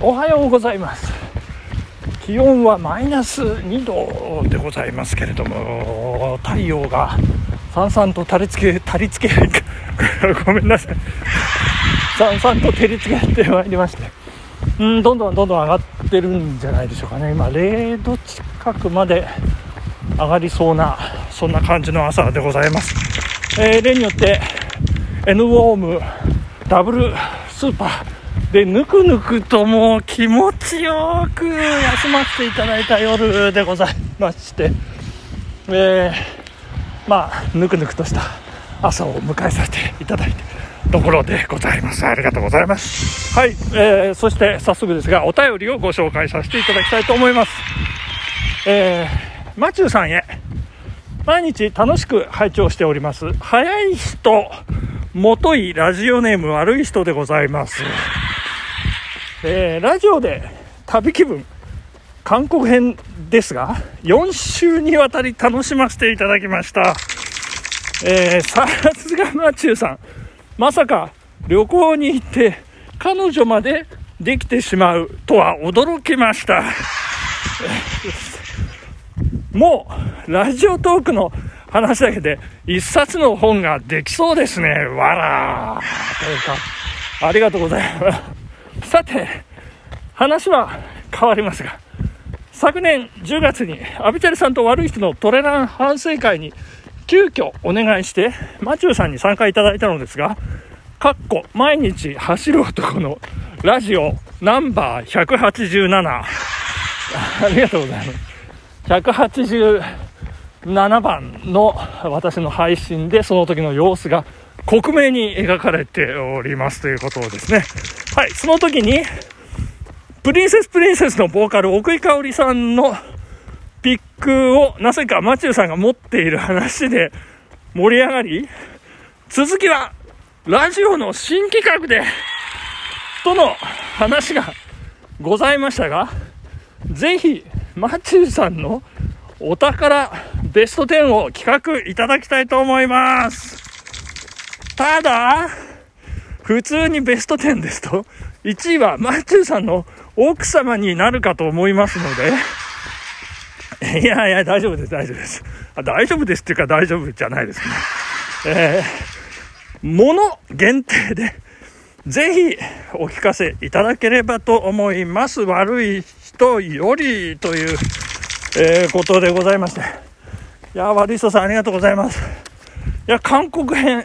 おはようございます。気温はマイナス2度でございますけれども、太陽がさんさんと照りつけごめんなさい、さんさんと照りつけてまいりまして、どんどん上がってるんじゃないでしょうかね。今0度近くまで上がりそうな、そんな感じの朝でございます。例によって N ウォームダブルスーパーでぬくぬくともう気持ちよく休ませていただいた夜でございまして、ぬくぬくとした朝を迎えさせていただいてところでございます。ありがとうございます。はい、そして早速ですがお便りをご紹介させていただきたいと思います。マチューさんへ、毎日楽しく拝聴しております。早い人もといラジオネーム悪い人でございます。ラジオで旅気分韓国編ですが4週にわたり楽しませていただきました。さすがマチューさん、まさか旅行に行って彼女までできてしまうとは驚きました。もうラジオトークの話だけで一冊の本ができそうですね。わらーというかありがとうございます。さて話は変わりますが、昨年10月にアビチャリさんと悪い人のトレラン反省会に急遽お願いしてマチューさんに参加いただいたのですが、毎日走る男のラジオナンバー187ありがとうございます。187番の私の配信でその時の様子が克明に描かれておりますということですね。はい、その時にプリンセスのボーカル奥井香織さんのピックをなぜかマチューさんが持っている話で盛り上がり、続きはラジオの新企画でとの話がございましたが、ぜひマチューさんのお宝ベスト10を企画いただきたいと思います。ただ普通にベスト10ですと1位はマチューさんの奥様になるかと思いますので、いや大丈夫です大丈夫ですっていうか大丈夫じゃないですね。物限定でぜひお聞かせいただければと思います。悪い人よりという、ことでございまして、いや悪い人さんありがとうございます。いや韓国編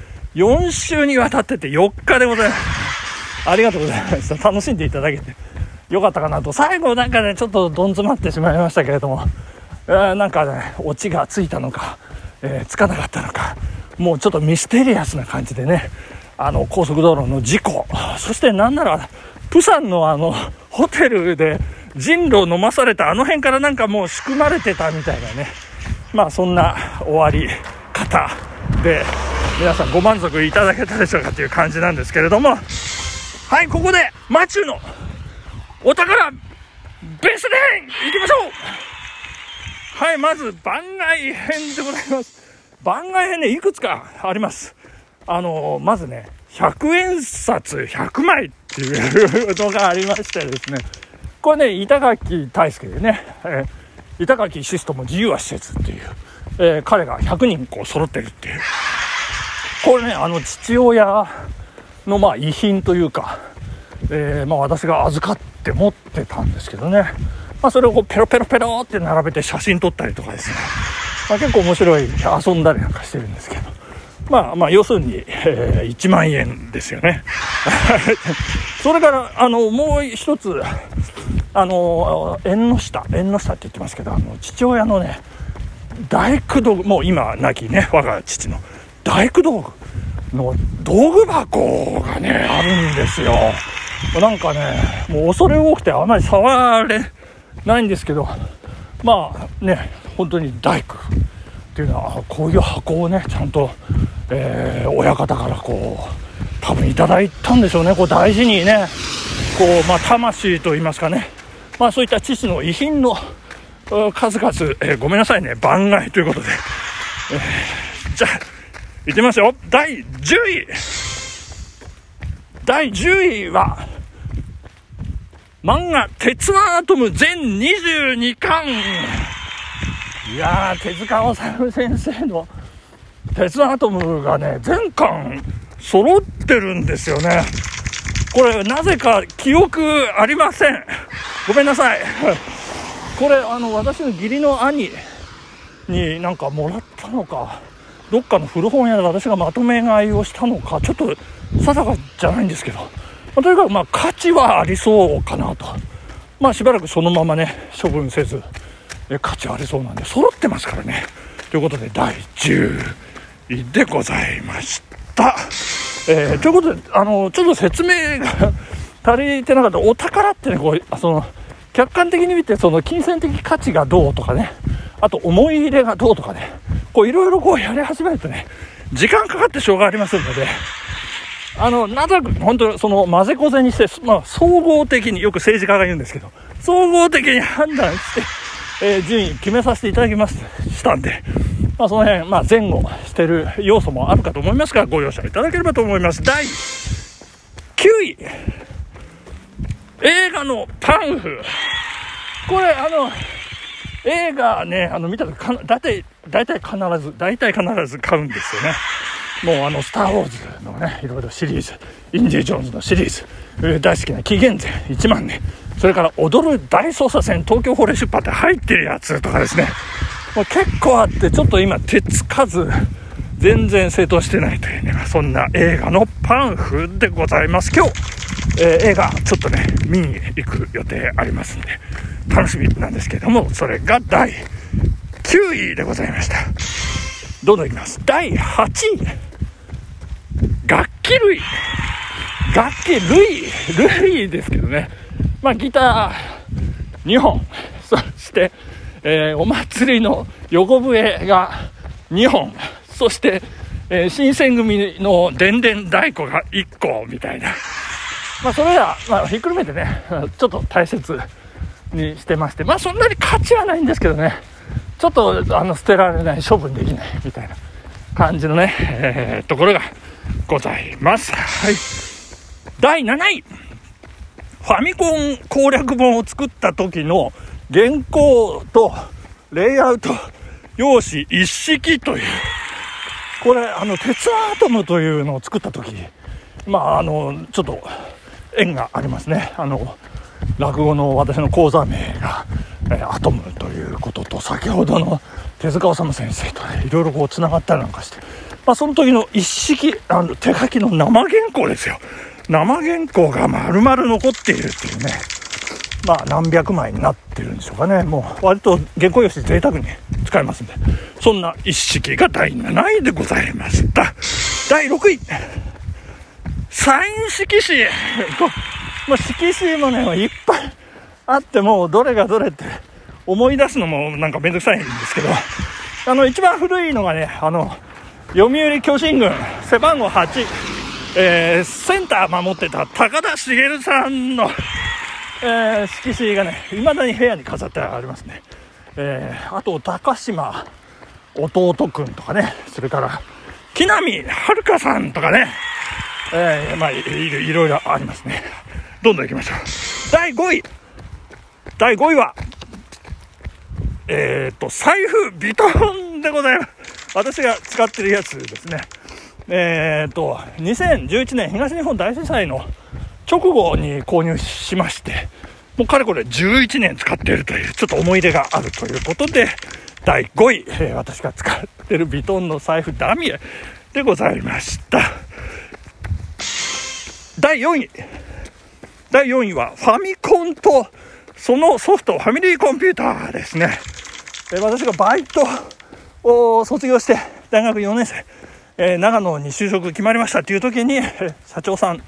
4週にわたってて4日でございます。ありがとうございました。楽しんでいただけてよかったかなと。最後なんかねちょっとどん詰まってしまいましたけれども、なんかねオチがついたのか、つかなかったのか、もうちょっとミステリアスな感じでね、高速道路の事故、そしてなんならプサンのホテルで人狼飲まされた辺からなんかもう仕組まれてたみたいなね、そんな終わり方で皆さんご満足いただけたでしょうかという感じなんですけれども、はい、ここでマチューのお宝ベスト10いきましょう。はい、まず番外編でございます。番外編ねいくつかあります。まずね100円札100枚っていうのがありましてですね、これね板垣大輔でね、板垣シストも自由は施設っていう、彼が100人こう揃ってるっていう、これね父親の遺品というか、私が預かって持ってたんですけどね、それをこうペロペロペロって並べて写真撮ったりとかですね、結構面白い、遊んだりなんかしてるんですけど、要するに、1万円ですよね。それからもう一つ縁の下って言ってますけど、父親のね大工道具、もう今亡きね我が父の大工道具の道具箱がねあるんですよ。なんかねもう恐れ多くてあまり触れないんですけど、本当に大工っていうのはこういう箱をねちゃんと、親方からこう多分いただいたんでしょうね。こう大事にねこう、魂と言いますかね、そういった父の遺品の数々、ごめんなさいね番外ということで、じゃあいきますよ。第10位は漫画鉄腕アトム全22巻。いやー、手塚治虫先生の鉄腕アトムがね、全巻揃ってるんですよね。これなぜか記憶ありません。ごめんなさい。これ私の義理の兄になんかもらったのか、どっかの古本屋で私がまとめ買いをしたのか、ちょっと定かじゃないんですけど、とにかく価値はありそうかなと。しばらくそのままね処分せず、価値ありそうなんで揃ってますからね。ということで第10位でございました。ということでちょっと説明が足りてなかった。お宝ってね、客観的に見て金銭的価値がどうとかね、あと思い入れがどうとかね、いろいろやり始めるとね、時間かかってしょうがありませんので、なんとなく本当に混ぜこぜにして、総合的に、よく政治家が言うんですけど、総合的に判断して、順位決めさせていただきしたんで、その辺前後してる要素もあるかと思いますが、ご容赦いただければと思います。第9位、映画のパンフ。これ映画ね、見たとき大体必ず買うんですよね。もうスター・ウォーズのね、いろいろシリーズ、インディ・ジョーンズのシリーズ、大好きな紀元前1万年、それから踊る大捜査線東京フォレ出版って入ってるやつとかですね、結構あって、ちょっと今手つかず全然正当してないというね、そんな映画のパンフでございます。今日、映画ちょっとね見に行く予定ありますんで楽しみなんですけれども、それが第9位でございました。どんどんいきます。第8位、楽器類ですけどね、ギター2本、そして、お祭りの横笛が2本、そして、新選組のでんでん太鼓が1個みたいな、それら、ひっくるめてねちょっと大切にしてまして、そんなに価値はないんですけどね、ちょっと捨てられない、処分できないみたいな感じのね、ところがございます。はい。第7位、ファミコン攻略本を作った時の原稿とレイアウト用紙一式という、これ鉄アトムというのを作った時、ちょっと縁がありますね。落語の私の講座名が、アトムということと、先ほどの手塚治虫先生とねいろいろつながったりなんかして、その時の一式手書きの生原稿ですよ。生原稿が丸々残っているっていうね、何百枚になってるんでしょうかね。もう割と原稿用紙贅沢に使えますんで、そんな一式が第7位でございました。第6位、サイン色紙。色紙もねいっぱいあって、もうどれがどれって思い出すのもなんかめんどくさいんですけど、一番古いのがね、読売巨人軍背番号8、センター守ってた高田茂さんの、色紙がね未だに部屋に飾ってありますね。あと高島弟くんとかね、それから木南遥さんとかね、いろいろありますね。どんどん行きましょう。第5位は財布ビトンでございます。私が使ってるやつですね。2011年東日本大震災の直後に購入しまして、もうかれこれ11年使っているという、ちょっと思い出があるということで第5位、私が使ってるビトンの財布ダミエでございました。第4位はファミコンとそのソフト、ファミリーコンピューターですね。私がバイトを卒業して大学4年生、長野に就職決まりましたという時に、社長さん、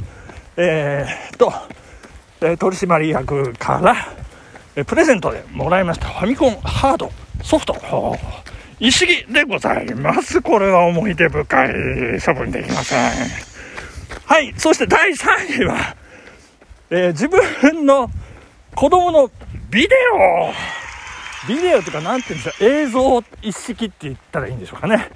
取締役からプレゼントでもらいましたファミコンハードソフト一式でございます。これは思い出深い、処分できません。はい。そして第3位は、自分の子供のビデオというか、なんていうんですか、映像一式って言ったらいいんでしょうかね。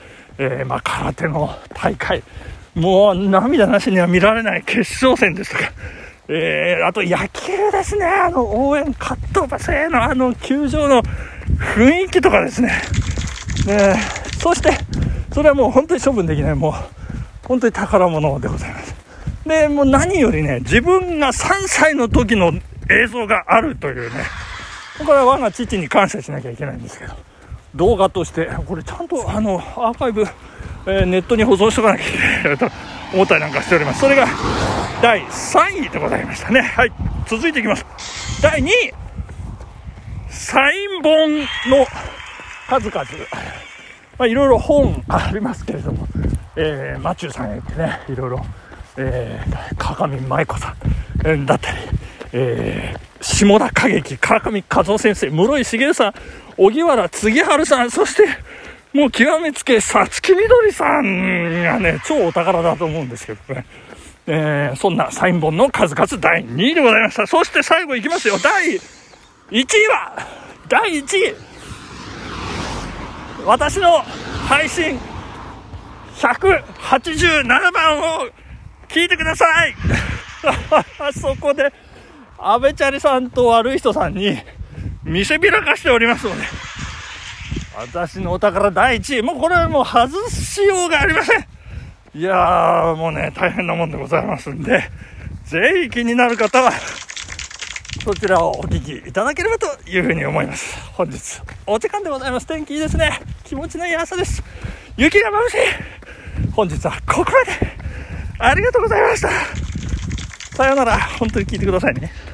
空手の大会、もう涙なしには見られない決勝戦ですとか、 あと野球ですね。応援カットバスへの球場の雰囲気とかですね。そしてそれはもう本当に処分できない、もう本当に宝物でございます。でもう何よりね、自分が3歳の時の映像があるというね、これは我が父に感謝しなきゃいけないんですけど、動画としてこれちゃんとアーカイブ、ネットに保存しとかなきゃいけないと思ったりなんかしております。それが第3位でございましたね。はい、続いていきます。第2位、サイン本の数々、いろいろ本ありますけれども、マチューさんへってね、いろいろ、川上舞子さん、だったり、下田歌劇、川上和夫先生、室井茂さん、荻原次春さん、そしてもう極めつけさつきみどりさんがね、超お宝だと思うんですけどね、そんなサイン本の数々第2位でございました。そして最後いきますよ。第1位、私の配信187番を聞いてくださいそこで安倍チャリさんと悪い人さんに見せびらかしておりますので、私のお宝第1位、もうこれはもう外しようがありません。いやーもうね、大変なもんでございますんで、ぜひ気になる方はそちらをお聞きいただければというふうに思います。本日お時間でございます。天気いいですね。気持ちのいい朝です。雪が眩しい。本日はここまで。ありがとうございました。さようなら。本当に聞いてくださいね。